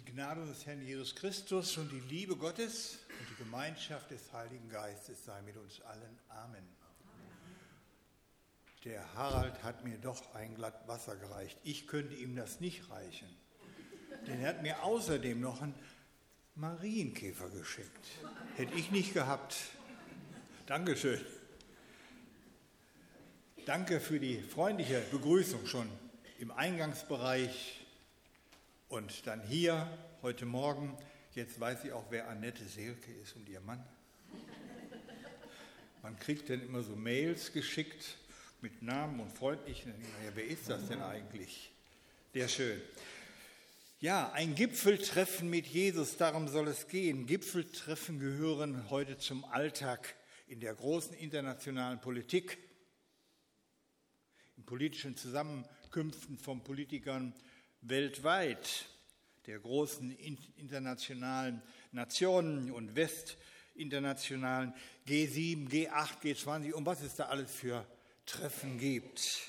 Die Gnade des Herrn Jesus Christus und die Liebe Gottes und die Gemeinschaft des Heiligen Geistes sei mit uns allen. Amen. Der Harald hat mir doch ein Glatt Wasser gereicht. Ich könnte ihm das nicht reichen. Denn er hat mir außerdem noch einen Marienkäfer geschickt. Hätte ich nicht gehabt. Dankeschön. Danke für die freundliche Begrüßung schon im Eingangsbereich. Und dann hier, heute Morgen, jetzt weiß ich auch, wer Annette Seelke ist und ihr Mann. Man kriegt dann immer so Mails geschickt mit Namen und freundlichen. Ja, wer ist das denn eigentlich? Sehr schön. Ja, ein Gipfeltreffen mit Jesus, darum soll es gehen. Gipfeltreffen gehören heute zum Alltag in der großen internationalen Politik, in politischen Zusammenkünften von Politikern weltweit, der großen internationalen Nationen und westinternationalen G7, G8, G20 und was es da alles für Treffen gibt.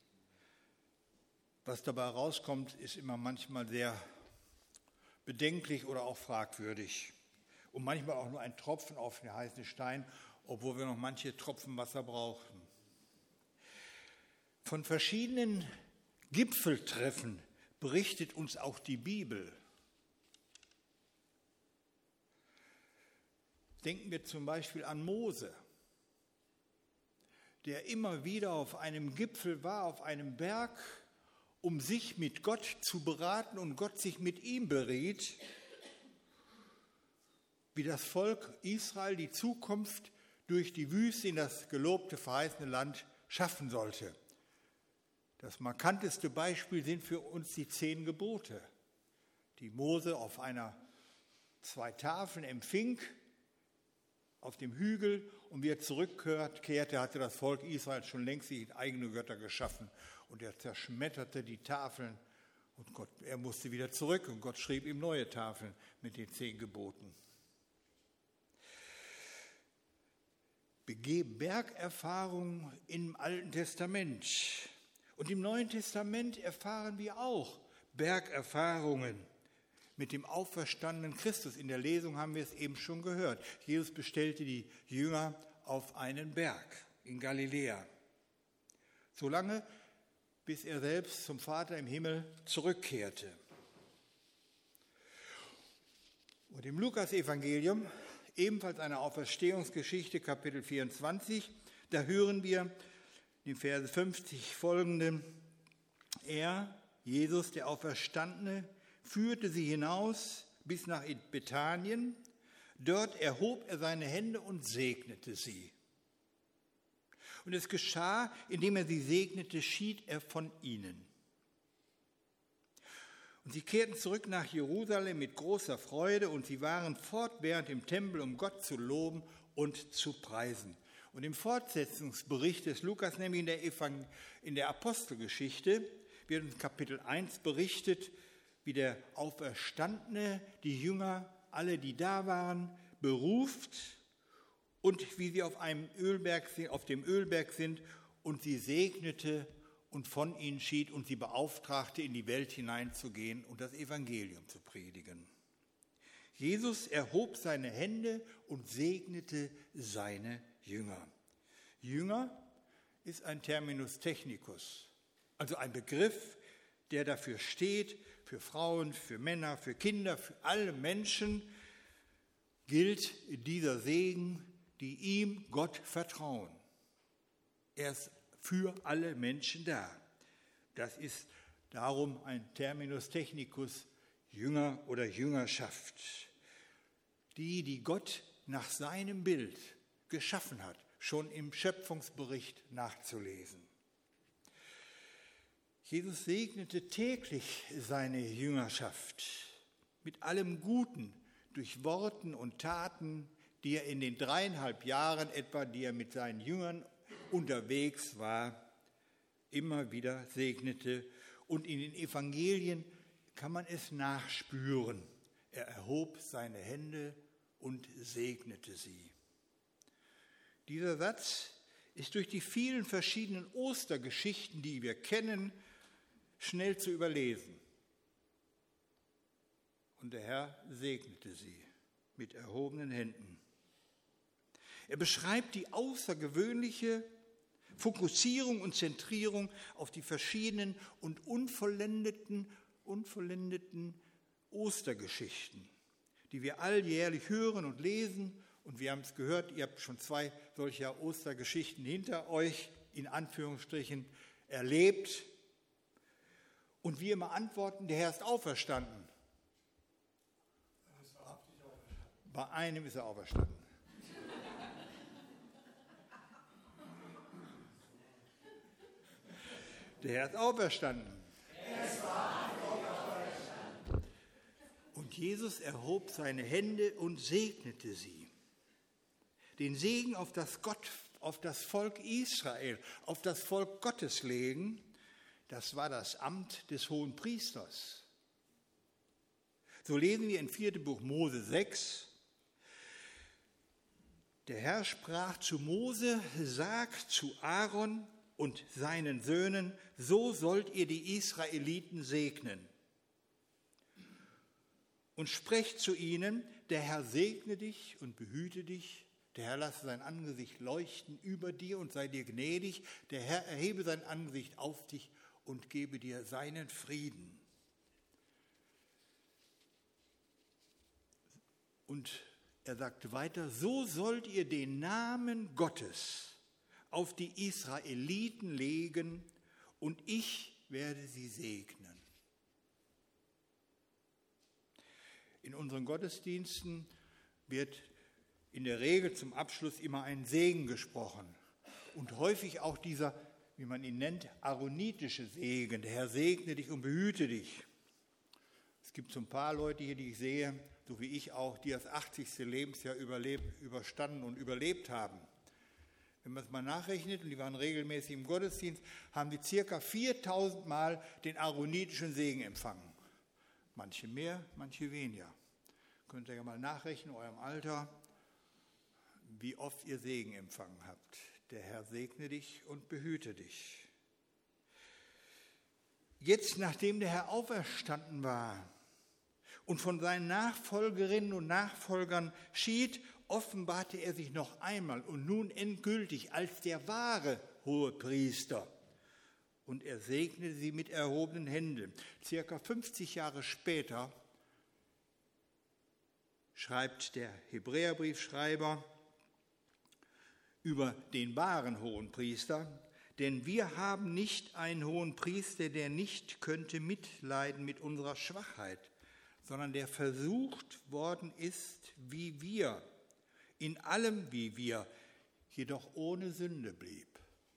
Was dabei rauskommt, ist immer manchmal sehr bedenklich oder auch fragwürdig und manchmal auch nur ein Tropfen auf den heißen Stein, obwohl wir noch manche Tropfen Wasser brauchen. Von verschiedenen Gipfeltreffen berichtet uns auch die Bibel. Denken wir zum Beispiel an Mose, der immer wieder auf einem Gipfel war, auf einem Berg, um sich mit Gott zu beraten und Gott sich mit ihm beriet, wie das Volk Israel die Zukunft durch die Wüste in das gelobte, verheißene Land schaffen sollte. Das markanteste Beispiel sind für uns die 10 Gebote, die Mose auf 2 Tafeln empfing, auf dem Hügel, und wie er zurückkehrte, hatte das Volk Israel schon längst sich eigene Götter geschaffen und er zerschmetterte die Tafeln und er musste wieder zurück und Gott schrieb ihm neue Tafeln mit den 10 Geboten. Bergerfahrung im Alten Testament. Und im Neuen Testament erfahren wir auch Bergerfahrungen mit dem auferstandenen Christus. In der Lesung haben wir es eben schon gehört. Jesus bestellte die Jünger auf einen Berg in Galiläa. Solange, bis er selbst zum Vater im Himmel zurückkehrte. Und im Lukas-Evangelium, ebenfalls eine Auferstehungsgeschichte, Kapitel 24, da hören wir die Verse 50 folgende: Er, Jesus, der Auferstandene, führte sie hinaus bis nach Bethanien. Dort erhob er seine Hände und segnete sie. Und es geschah, indem er sie segnete, schied er von ihnen. Und sie kehrten zurück nach Jerusalem mit großer Freude und sie waren fortwährend im Tempel, um Gott zu loben und zu preisen. Und im Fortsetzungsbericht des Lukas, nämlich in der Apostelgeschichte, wird in Kapitel 1 berichtet, wie der Auferstandene die Jünger, alle, die da waren, beruft und wie sie auf dem Ölberg sind und sie segnete und von ihnen schied und sie beauftragte, in die Welt hineinzugehen und das Evangelium zu predigen. Jesus erhob seine Hände und segnete seine Jünger. Jünger ist ein Terminus technicus, also ein Begriff, der dafür steht, für Frauen, für Männer, für Kinder, für alle Menschen gilt dieser Segen, die ihm Gott vertrauen. Er ist für alle Menschen da. Das ist darum ein Terminus technicus, Jünger oder Jüngerschaft. Die Gott nach seinem Bild geschaffen hat, schon im Schöpfungsbericht nachzulesen. Jesus segnete täglich seine Jüngerschaft mit allem Guten durch Worten und Taten, die er in den 3,5 Jahren etwa, die er mit seinen Jüngern unterwegs war, immer wieder segnete. Und in den Evangelien kann man es nachspüren. Er erhob seine Hände und segnete sie. Dieser Satz ist durch die vielen verschiedenen Ostergeschichten, die wir kennen, schnell zu überlesen. Und der Herr segnete sie mit erhobenen Händen. Er beschreibt die außergewöhnliche Fokussierung und Zentrierung auf die verschiedenen und unvollendeten Ostergeschichten, die wir alljährlich hören und lesen. Und wir haben es gehört, ihr habt schon 2 solcher Ostergeschichten hinter euch, in Anführungsstrichen, erlebt. Und wir immer antworten, der Herr ist auferstanden. Bei einem ist er auferstanden. Der Herr ist auferstanden. Und Jesus erhob seine Hände und segnete sie. Den Segen auf das Volk Israel, auf das Volk Gottes legen, das war das Amt des Hohenpriesters. So lesen wir in 4. Buch Mose 6. Der Herr sprach zu Mose, sag zu Aaron und seinen Söhnen, so sollt ihr die Israeliten segnen. Und sprecht zu ihnen, der Herr segne dich und behüte dich, der Herr lasse sein Angesicht leuchten über dir und sei dir gnädig, der Herr erhebe sein Angesicht auf dich und gebe dir seinen Frieden. Und er sagte weiter, so sollt ihr den Namen Gottes auf die Israeliten legen und ich werde sie segnen. In unseren Gottesdiensten wird in der Regel zum Abschluss immer ein Segen gesprochen und häufig auch dieser, wie man ihn nennt, aaronitische Segen. Der Herr segne dich und behüte dich. Es gibt so ein paar Leute hier, die ich sehe, so wie ich auch, die das 80. Lebensjahr überstanden und überlebt haben. Wenn man es mal nachrechnet, und die waren regelmäßig im Gottesdienst, haben die ca. 4000 Mal den aaronitischen Segen empfangen. Manche mehr, manche weniger. Könnt ihr ja mal nachrechnen, in eurem Alter, wie oft ihr Segen empfangen habt. Der Herr segne dich und behüte dich. Jetzt, nachdem der Herr auferstanden war und von seinen Nachfolgerinnen und Nachfolgern schied, offenbarte er sich noch einmal und nun endgültig als der wahre Hohepriester. Und er segnete sie mit erhobenen Händen. Circa 50 Jahre später schreibt der Hebräerbriefschreiber über den wahren Hohenpriester, denn wir haben nicht einen Hohenpriester, der nicht könnte mitleiden mit unserer Schwachheit, sondern der versucht worden ist, wie wir, in allem wie wir, jedoch ohne Sünde blieb.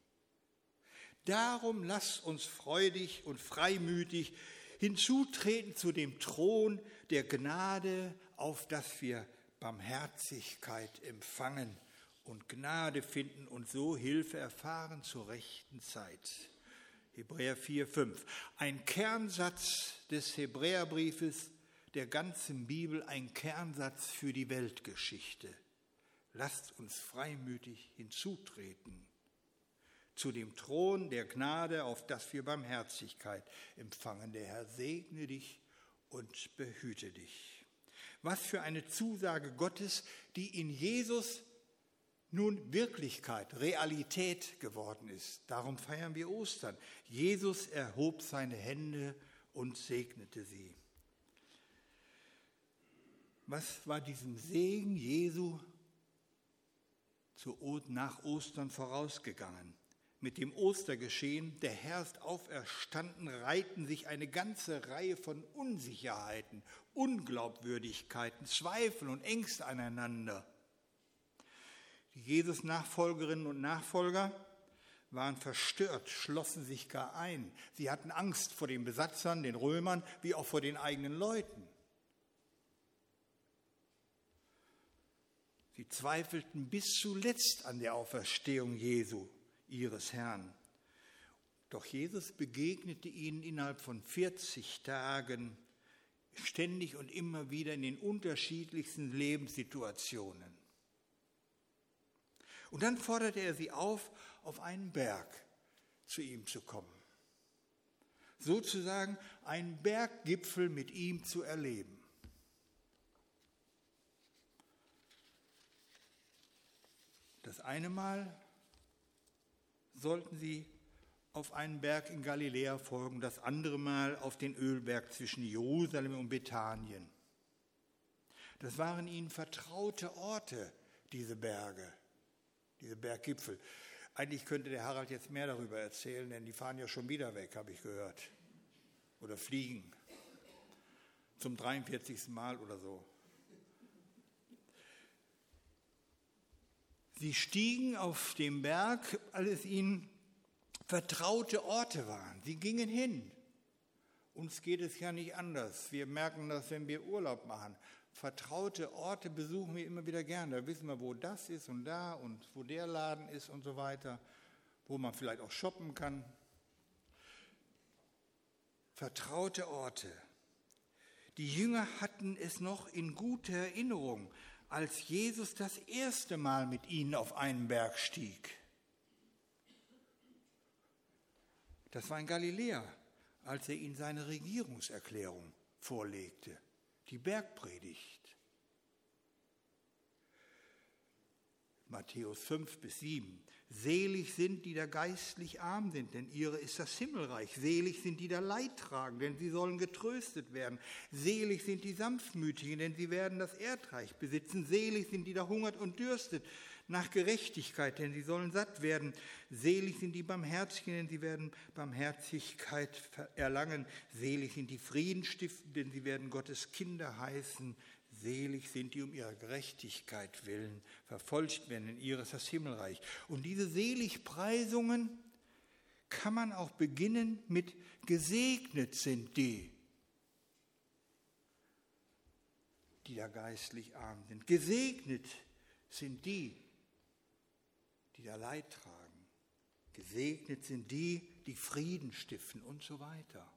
Darum lasst uns freudig und freimütig hinzutreten zu dem Thron der Gnade, auf dass wir Barmherzigkeit empfangen und Gnade finden und so Hilfe erfahren zur rechten Zeit. Hebräer 4,5. Ein Kernsatz des Hebräerbriefes, der ganzen Bibel, ein Kernsatz für die Weltgeschichte. Lasst uns freimütig hinzutreten zu dem Thron der Gnade, auf dass wir Barmherzigkeit empfangen. Der Herr segne dich und behüte dich. Was für eine Zusage Gottes, die in Jesus nun Wirklichkeit, Realität geworden ist. Darum feiern wir Ostern. Jesus erhob seine Hände und segnete sie. Was war diesem Segen Jesu nach Ostern vorausgegangen? Mit dem Ostergeschehen, der Herr ist auferstanden, reihten sich eine ganze Reihe von Unsicherheiten, Unglaubwürdigkeiten, Zweifel und Ängste aneinander. Die Jesus-Nachfolgerinnen und Nachfolger waren verstört, schlossen sich gar ein. Sie hatten Angst vor den Besatzern, den Römern, wie auch vor den eigenen Leuten. Sie zweifelten bis zuletzt an der Auferstehung Jesu, ihres Herrn. Doch Jesus begegnete ihnen innerhalb von 40 Tagen ständig und immer wieder in den unterschiedlichsten Lebenssituationen. Und dann forderte er sie auf einen Berg zu ihm zu kommen. Sozusagen einen Berggipfel mit ihm zu erleben. Das eine Mal sollten sie auf einen Berg in Galiläa folgen, das andere Mal auf den Ölberg zwischen Jerusalem und Bethanien. Das waren ihnen vertraute Orte, diese Berge, diese Berggipfel. Eigentlich könnte der Harald jetzt mehr darüber erzählen, denn die fahren ja schon wieder weg, habe ich gehört. Oder fliegen. Zum 43. Mal oder so. Sie stiegen auf dem Berg, weil es ihnen vertraute Orte waren. Sie gingen hin. Uns geht es ja nicht anders. Wir merken das, wenn wir Urlaub machen. Vertraute Orte besuchen wir immer wieder gerne. Da wissen wir, wo das ist und da und wo der Laden ist und so weiter, wo man vielleicht auch shoppen kann. Vertraute Orte. Die Jünger hatten es noch in guter Erinnerung, als Jesus das erste Mal mit ihnen auf einen Berg stieg. Das war in Galiläa, als er ihnen seine Regierungserklärung vorlegte, die Bergpredigt. Matthäus 5-7. Selig sind, die da geistlich arm sind, denn ihre ist das Himmelreich. Selig sind, die da Leid tragen, denn sie sollen getröstet werden. Selig sind die Sanftmütigen, denn sie werden das Erdreich besitzen. Selig sind, die da hungert und dürstet nach Gerechtigkeit, denn sie sollen satt werden. Selig sind die Barmherzigen, denn sie werden Barmherzigkeit erlangen. Selig sind die Friedenstiften, denn sie werden Gottes Kinder heißen. Selig sind die um ihrer Gerechtigkeit willen verfolgt werden, in ihres das Himmelreich. Und diese Seligpreisungen kann man auch beginnen mit gesegnet sind die da geistlich arm sind. Gesegnet sind die da Leid tragen. Gesegnet sind die Frieden stiften und so weiter.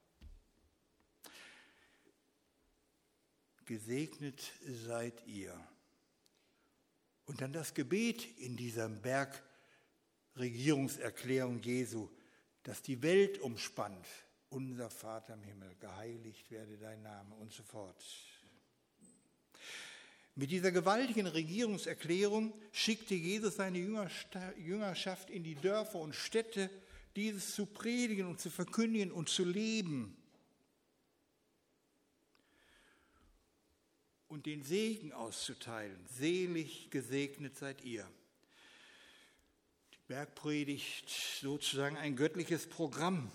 Gesegnet seid ihr. Und dann das Gebet in dieser Bergregierungserklärung Jesu, das die Welt umspannt. Unser Vater im Himmel, geheiligt werde dein Name und so fort. Mit dieser gewaltigen Regierungserklärung schickte Jesus seine Jüngerschaft in die Dörfer und Städte, dieses zu predigen und zu verkündigen und zu leben. Und den Segen auszuteilen. Selig gesegnet seid ihr. Die Bergpredigt, sozusagen ein göttliches Programm.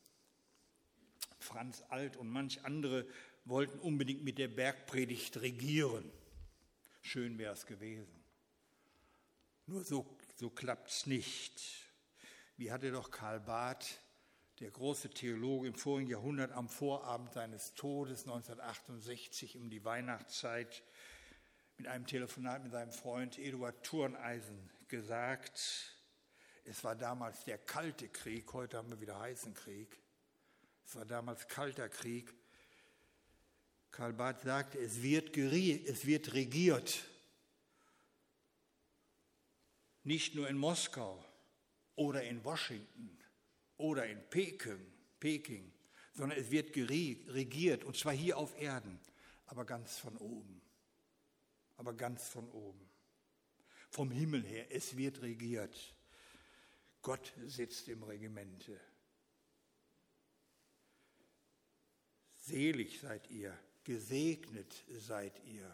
Franz Alt und manch andere wollten unbedingt mit der Bergpredigt regieren. Schön wäre es gewesen. Nur so klappt es nicht. Wie hatte doch Karl Barth, der große Theologe im vorigen Jahrhundert, am Vorabend seines Todes 1968 um die Weihnachtszeit mit einem Telefonat mit seinem Freund Eduard Thurneisen gesagt, es war damals der Kalte Krieg, heute haben wir wieder heißen Krieg. Es war damals kalter Krieg. Karl Barth sagte, es wird regiert. Nicht nur in Moskau oder in Washington oder in Peking, sondern es wird regiert, und zwar hier auf Erden, aber ganz von oben. Vom Himmel her, es wird regiert. Gott sitzt im Regimente. Selig seid ihr, gesegnet seid ihr.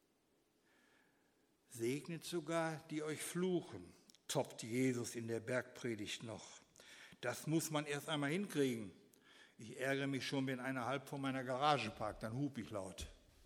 Segnet sogar, die euch fluchen, toppt Jesus in der Bergpredigt noch. Das muss man erst einmal hinkriegen. Ich ärgere mich schon, wenn einer halb vor meiner Garage parkt, dann hupe ich laut.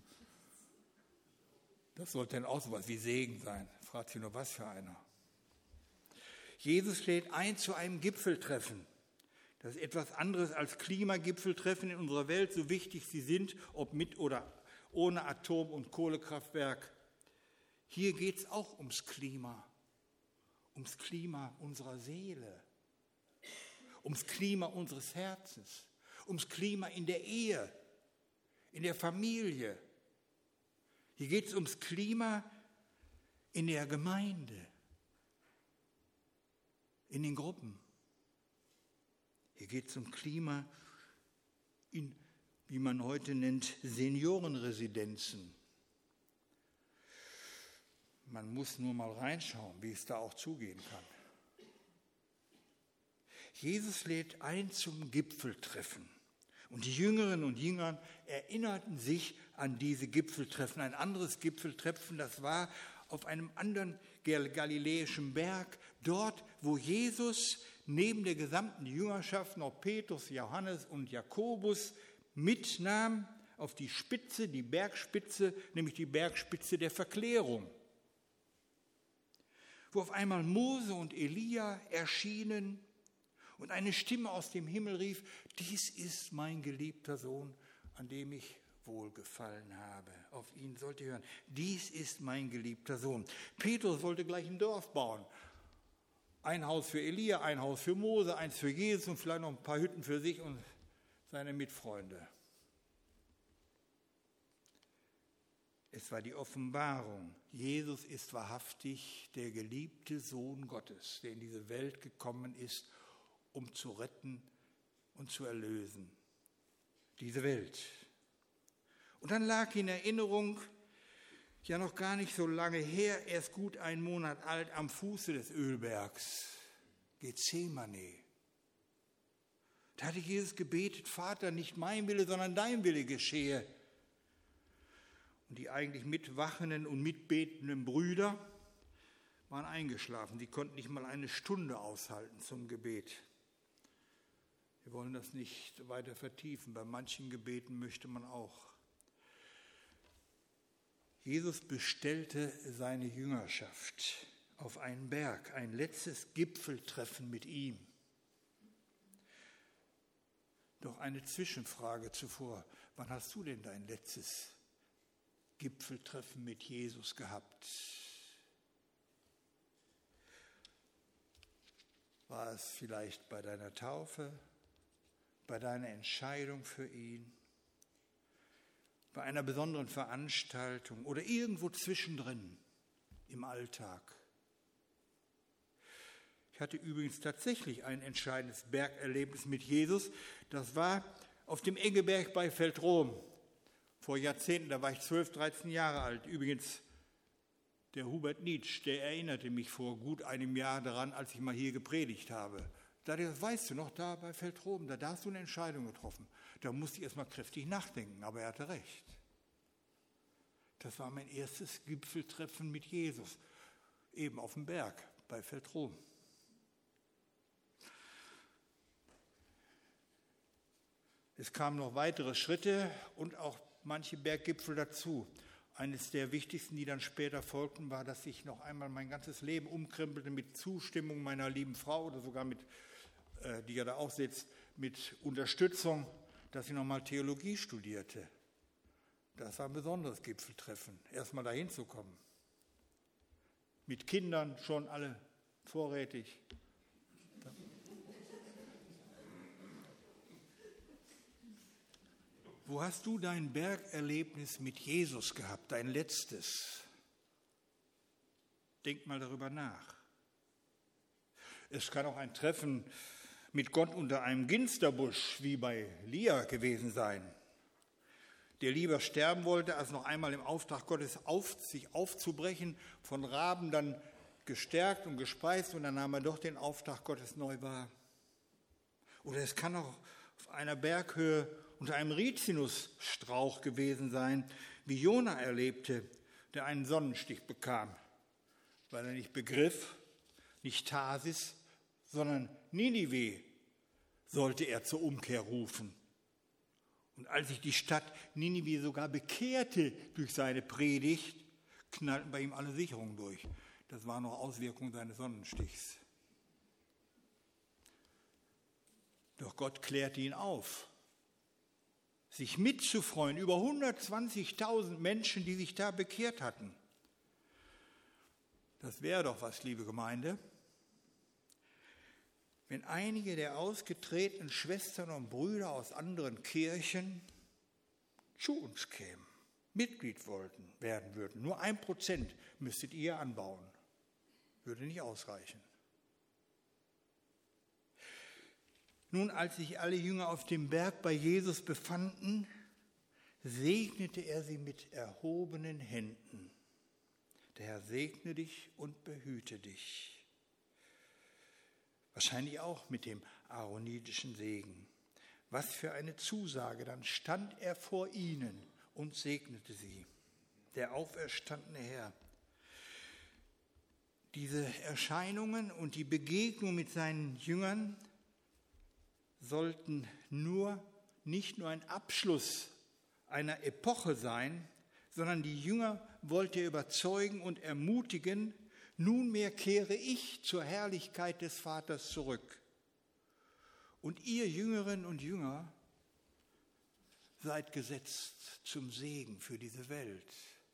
Das sollte dann auch so was wie Segen sein. Fragt sich nur, was für einer. Jesus lädt ein zu einem Gipfeltreffen. Das ist etwas anderes als Klimagipfeltreffen in unserer Welt, so wichtig sie sind, ob mit oder ohne Atom- und Kohlekraftwerk. Hier geht es auch ums Klima unserer Seele, ums Klima unseres Herzens, ums Klima in der Ehe, in der Familie. Hier geht es ums Klima in der Gemeinde, in den Gruppen. Hier geht es um Klima in, wie man heute nennt, Seniorenresidenzen. Man muss nur mal reinschauen, wie es da auch zugehen kann. Jesus lädt ein zum Gipfeltreffen. Und die Jüngerinnen und Jünger erinnerten sich an diese Gipfeltreffen. Ein anderes Gipfeltreffen, das war auf einem anderen galiläischen Berg, dort, wo Jesus neben der gesamten Jüngerschaft noch Petrus, Johannes und Jakobus mitnahm auf die Spitze, die Bergspitze, nämlich die Bergspitze der Verklärung, wo auf einmal Mose und Elia erschienen und eine Stimme aus dem Himmel rief: Dies ist mein geliebter Sohn, an dem ich wohlgefallen habe. Auf ihn sollt ihr hören. Dies ist mein geliebter Sohn. Petrus wollte gleich ein Dorf bauen. Ein Haus für Elia, ein Haus für Mose, eins für Jesus und vielleicht noch ein paar Hütten für sich und seine Mitfreunde. Es war die Offenbarung. Jesus ist wahrhaftig der geliebte Sohn Gottes, der in diese Welt gekommen ist, um zu retten und zu erlösen. Diese Welt. Und dann lag in Erinnerung, ja noch gar nicht so lange her, erst gut 1 Monat alt, am Fuße des Ölbergs, Gethsemane. Da hatte Jesus gebetet: Vater, nicht mein Wille, sondern dein Wille geschehe. Und die eigentlich mitwachenden und mitbetenden Brüder waren eingeschlafen. Sie konnten nicht mal eine Stunde aushalten zum Gebet. Wir wollen das nicht weiter vertiefen. Bei manchen Gebeten möchte man auch. Jesus bestellte seine Jüngerschaft auf einen Berg, ein letztes Gipfeltreffen mit ihm. Doch eine Zwischenfrage zuvor: Wann hast du denn dein letztes Gipfeltreffen mit Jesus gehabt? War es vielleicht bei deiner Taufe, bei deiner Entscheidung für ihn, bei einer besonderen Veranstaltung oder irgendwo zwischendrin im Alltag? Ich hatte übrigens tatsächlich ein entscheidendes Bergerlebnis mit Jesus. Das war auf dem Eggeberg bei Feldrom vor Jahrzehnten. Da war ich 12, 13 Jahre alt. Übrigens, der Hubert Nietzsche, der erinnerte mich vor gut einem Jahr daran, als ich mal hier gepredigt habe. Da das weißt du noch, da bei Feldrom, da hast du eine Entscheidung getroffen. Da musste ich erst mal kräftig nachdenken, aber er hatte recht. Das war mein erstes Gipfeltreffen mit Jesus, eben auf dem Berg bei Feldrom. Es kamen noch weitere Schritte und auch manche Berggipfel dazu. Eines der wichtigsten, die dann später folgten, war, dass ich noch einmal mein ganzes Leben umkrempelte mit Zustimmung meiner lieben Frau oder sogar mit, die ja da auch sitzt, mit Unterstützung, dass ich nochmal Theologie studierte. Das war ein besonderes Gipfeltreffen, erstmal dahin zu kommen. Mit Kindern schon alle vorrätig. Wo hast du dein Bergerlebnis mit Jesus gehabt, dein letztes? Denk mal darüber nach. Es kann auch ein Treffen mit Gott unter einem Ginsterbusch wie bei Lia gewesen sein, der lieber sterben wollte, als noch einmal im Auftrag Gottes sich aufzubrechen, von Raben dann gestärkt und gespeist, und dann nahm er doch den Auftrag Gottes neu wahr. Oder es kann auch auf einer Berghöhe unter einem Rizinusstrauch gewesen sein, wie Jona erlebte, der einen Sonnenstich bekam, weil er nicht begriff, nicht Tarsis, sondern Ninive sollte er zur Umkehr rufen. Und als sich die Stadt Ninive sogar bekehrte durch seine Predigt, knallten bei ihm alle Sicherungen durch. Das war noch Auswirkung seines Sonnenstichs. Doch Gott klärte ihn auf, sich mitzufreuen über 120.000 Menschen, die sich da bekehrt hatten. Das wäre doch was, liebe Gemeinde, wenn einige der ausgetretenen Schwestern und Brüder aus anderen Kirchen zu uns kämen, Mitglied werden würden. Nur 1% müsstet ihr anbauen. Würde nicht ausreichen. Nun, als sich alle Jünger auf dem Berg bei Jesus befanden, segnete er sie mit erhobenen Händen. Der Herr segne dich und behüte dich. Wahrscheinlich auch mit dem aaronitischen Segen. Was für eine Zusage, dann stand er vor ihnen und segnete sie. Der auferstandene Herr. Diese Erscheinungen und die Begegnung mit seinen Jüngern sollten nicht nur ein Abschluss einer Epoche sein, sondern die Jünger wollte er überzeugen und ermutigen, nunmehr kehre ich zur Herrlichkeit des Vaters zurück. Und ihr Jüngerinnen und Jünger seid gesetzt zum Segen für diese Welt.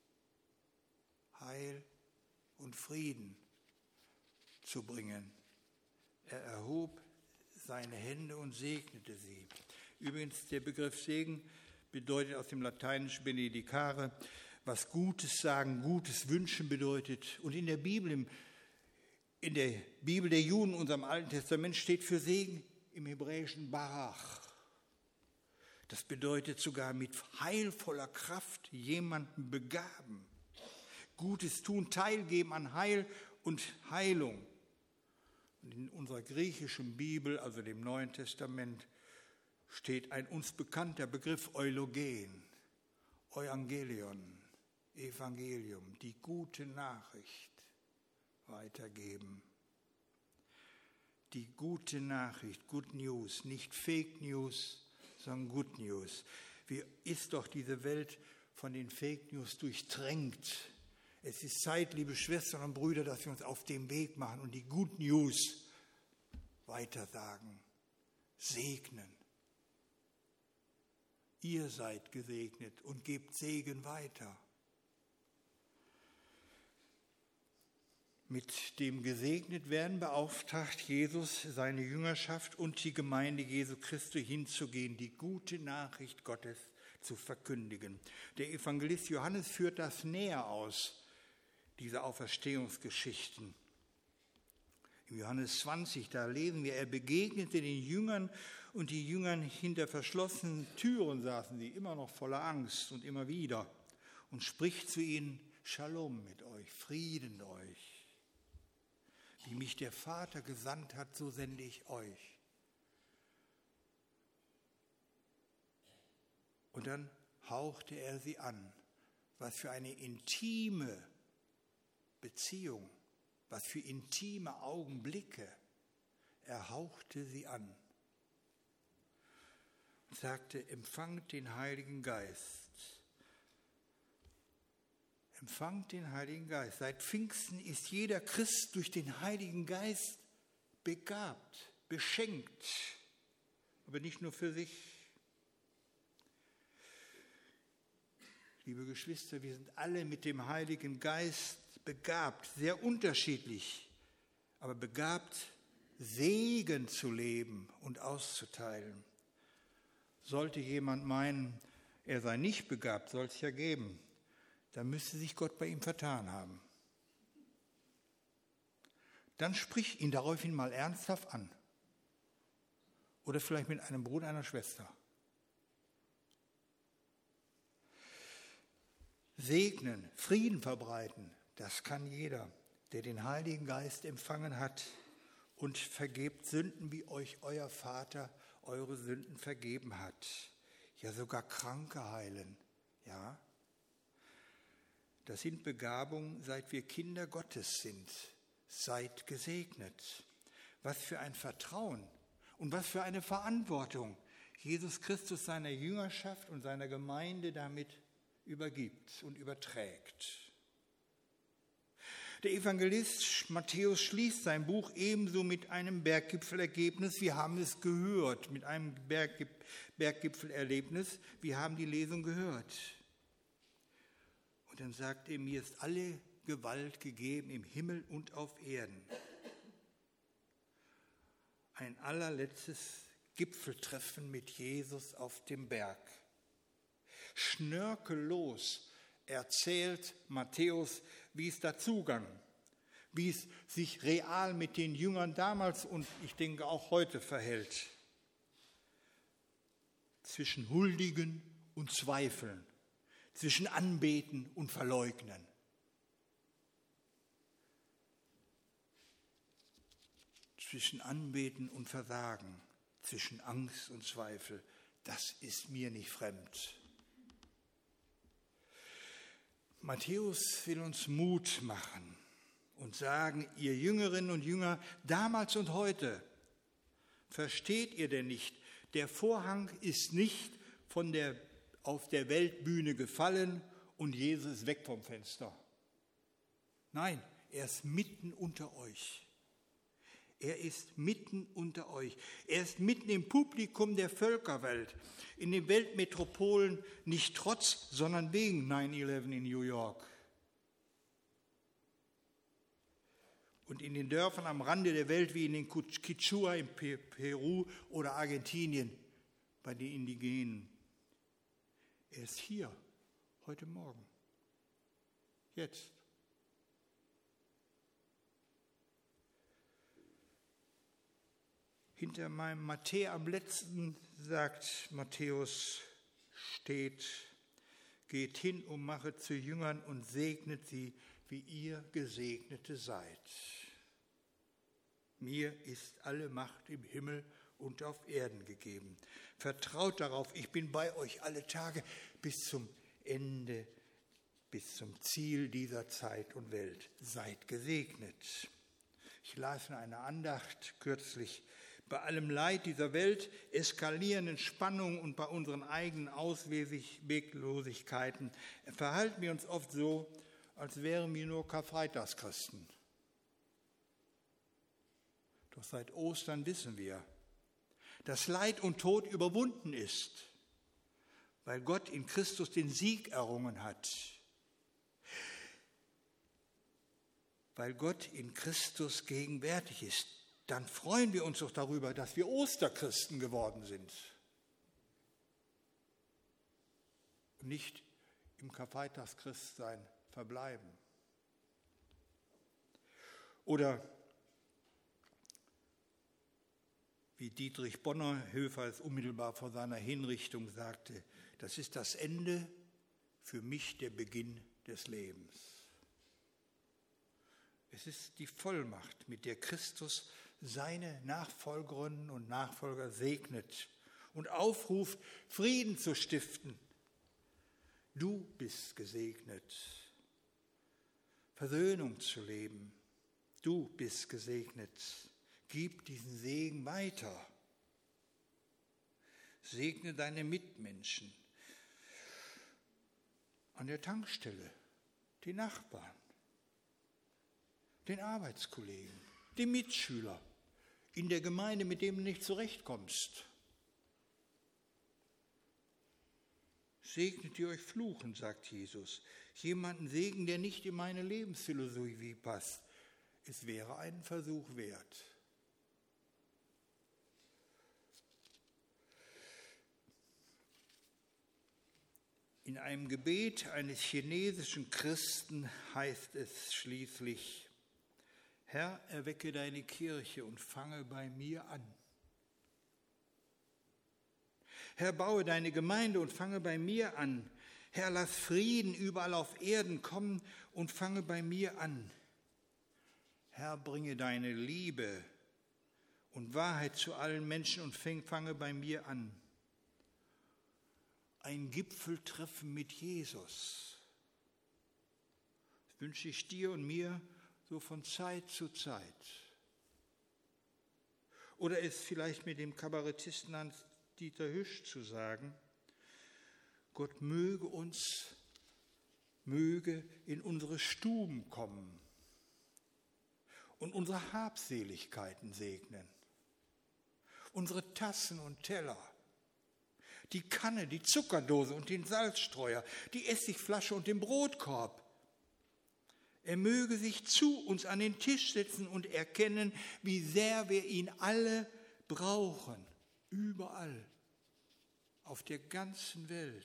Heil und Frieden zu bringen. Er erhob seine Hände und segnete sie. Übrigens, der Begriff Segen bedeutet aus dem Lateinischen benedicare, was Gutes sagen, Gutes wünschen bedeutet. Und in der Bibel der Juden, unserem Alten Testament, steht für Segen im Hebräischen Barach. Das bedeutet sogar mit heilvoller Kraft jemanden begaben. Gutes tun, teilgeben an Heil und Heilung. Und in unserer griechischen Bibel, also dem Neuen Testament, steht ein uns bekannter Begriff Eulogen, Evangelion, Evangelium, die gute Nachricht weitergeben. Die gute Nachricht, Good News, nicht Fake News, sondern Good News. Wie ist doch diese Welt von den Fake News durchtränkt? Es ist Zeit, liebe Schwestern und Brüder, dass wir uns auf den Weg machen und die Good News weitersagen, segnen. Ihr seid gesegnet und gebt Segen weiter. Mit dem Gesegnetwerden beauftragt Jesus seine Jüngerschaft und die Gemeinde Jesu Christi hinzugehen, die gute Nachricht Gottes zu verkündigen. Der Evangelist Johannes führt das näher aus, diese Auferstehungsgeschichten. Im Johannes 20, da lesen wir, er begegnete den Jüngern und die Jüngern hinter verschlossenen Türen saßen sie, immer noch voller Angst und immer wieder, und spricht zu ihnen, Shalom mit euch, Frieden euch. Wie mich der Vater gesandt hat, so sende ich euch. Und dann hauchte er sie an. Was für eine intime Beziehung, was für intime Augenblicke. Er hauchte sie an und sagte, empfangt den Heiligen Geist. Empfangt den Heiligen Geist. Seit Pfingsten ist jeder Christ durch den Heiligen Geist begabt, beschenkt, aber nicht nur für sich. Liebe Geschwister, wir sind alle mit dem Heiligen Geist begabt, sehr unterschiedlich, aber begabt, Segen zu leben und auszuteilen. Sollte jemand meinen, er sei nicht begabt, soll es ja geben, dann müsste sich Gott bei ihm vertan haben. Dann sprich ihn daraufhin mal ernsthaft an. Oder vielleicht mit einem Bruder, einer Schwester. Segnen, Frieden verbreiten, das kann jeder, der den Heiligen Geist empfangen hat. Und vergebt Sünden, wie euch euer Vater eure Sünden vergeben hat. Ja, sogar Kranke heilen, ja. Das sind Begabungen, seit wir Kinder Gottes sind. Seid gesegnet. Was für ein Vertrauen und was für eine Verantwortung Jesus Christus seiner Jüngerschaft und seiner Gemeinde damit übergibt und überträgt. Der Evangelist Matthäus schließt sein Buch ebenso mit einem Berggipfelergebnis. Wir haben es gehört, mit einem Berggipfelerlebnis. Wir haben die Lesung gehört. Und dann sagt er, mir ist alle Gewalt gegeben im Himmel und auf Erden. Ein allerletztes Gipfeltreffen mit Jesus auf dem Berg. Schnörkellos erzählt Matthäus, wie es dazugang, wie es sich real mit den Jüngern damals und ich denke auch heute verhält. Zwischen Huldigen und Zweifeln. Zwischen Anbeten und Verleugnen. zwischen Anbeten und Versagen, zwischen Angst und Zweifel, das ist mir nicht fremd. Matthäus will uns Mut machen und sagen, ihr Jüngerinnen und Jünger, damals und heute, versteht ihr denn nicht, der Vorhang ist nicht auf der Weltbühne gefallen und Jesus ist weg vom Fenster. Nein, er ist mitten unter euch. Er ist mitten unter euch. Er ist mitten im Publikum der Völkerwelt, in den Weltmetropolen, nicht trotz, sondern wegen 9/11 in New York. Und in den Dörfern am Rande der Welt, wie in den Quichua in Peru oder Argentinien, bei den Indigenen. Er ist hier, heute Morgen, jetzt. Hinter meinem Matthäus am letzten, sagt Matthäus, steht, geht hin und machet zu Jüngern und segnet sie, wie ihr Gesegnete seid. Mir ist alle Macht im Himmel und auf Erden gegeben. Vertraut darauf, ich bin bei euch alle Tage bis zum Ende, bis zum Ziel dieser Zeit und Welt. Seid gesegnet. Ich las in einer Andacht kürzlich, bei allem Leid dieser Welt, eskalierenden Spannungen und bei unseren eigenen Ausweglosigkeiten verhalten wir uns oft so, als wären wir nur Karfreitagschristen. Doch seit Ostern wissen wir, dass Leid und Tod überwunden ist, weil Gott in Christus den Sieg errungen hat. Weil Gott in Christus gegenwärtig ist. Dann freuen wir uns doch darüber, dass wir Osterchristen geworden sind. Und nicht im Karfreitagschristsein verbleiben. Oder wie Dietrich Bonhoeffer es unmittelbar vor seiner Hinrichtung sagte, das ist das Ende, für mich der Beginn des Lebens. Es ist die Vollmacht, mit der Christus seine Nachfolgerinnen und Nachfolger segnet und aufruft, Frieden zu stiften. Du bist gesegnet, Versöhnung zu leben. Du bist gesegnet. Gib diesen Segen weiter. Segne deine Mitmenschen an der Tankstelle, die Nachbarn, den Arbeitskollegen, die Mitschüler, in der Gemeinde, mit dem du nicht zurechtkommst. Segnet, die euch fluchen, sagt Jesus. Jemanden segnen, der nicht in meine Lebensphilosophie passt. Es wäre einen Versuch wert. In einem Gebet eines chinesischen Christen heißt es schließlich, Herr, erwecke deine Kirche und fange bei mir an. Herr, baue deine Gemeinde und fange bei mir an. Herr, lass Frieden überall auf Erden kommen und fange bei mir an. Herr, bringe deine Liebe und Wahrheit zu allen Menschen und fange bei mir an. Ein Gipfeltreffen mit Jesus. Das wünsche ich dir und mir so von Zeit zu Zeit. Oder es vielleicht mit dem Kabarettisten Hans-Dieter Hüsch zu sagen, Gott möge in unsere Stuben kommen und unsere Habseligkeiten segnen, unsere Tassen und Teller, die Kanne, die Zuckerdose und den Salzstreuer, die Essigflasche und den Brotkorb. Er möge sich zu uns an den Tisch setzen und erkennen, wie sehr wir ihn alle brauchen, überall, auf der ganzen Welt.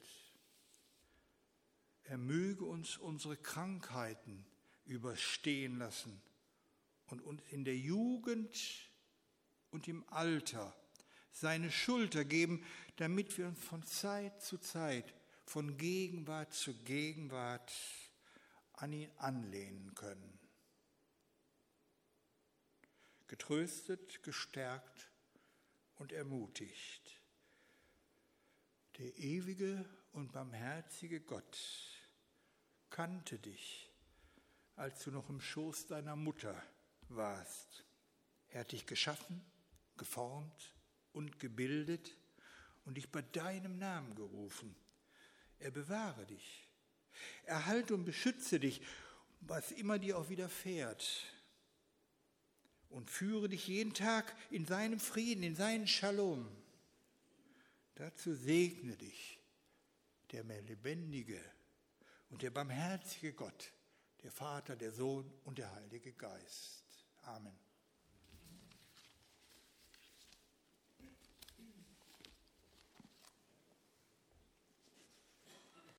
Er möge uns unsere Krankheiten überstehen lassen und uns in der Jugend und im Alter seine Schulter geben, damit wir uns von Zeit zu Zeit, von Gegenwart zu Gegenwart an ihn anlehnen können. getröstet, gestärkt und ermutigt. Der ewige und barmherzige Gott kannte dich, als du noch im Schoß deiner Mutter warst. Er hat dich geschaffen, geformt und gebildet und dich bei deinem Namen gerufen. Er bewahre dich, erhalte und beschütze dich, was immer dir auch widerfährt, und führe dich jeden Tag in seinem Frieden, in seinen Shalom. Dazu segne dich der lebendige und der barmherzige Gott, der Vater, der Sohn und der Heilige Geist. Amen.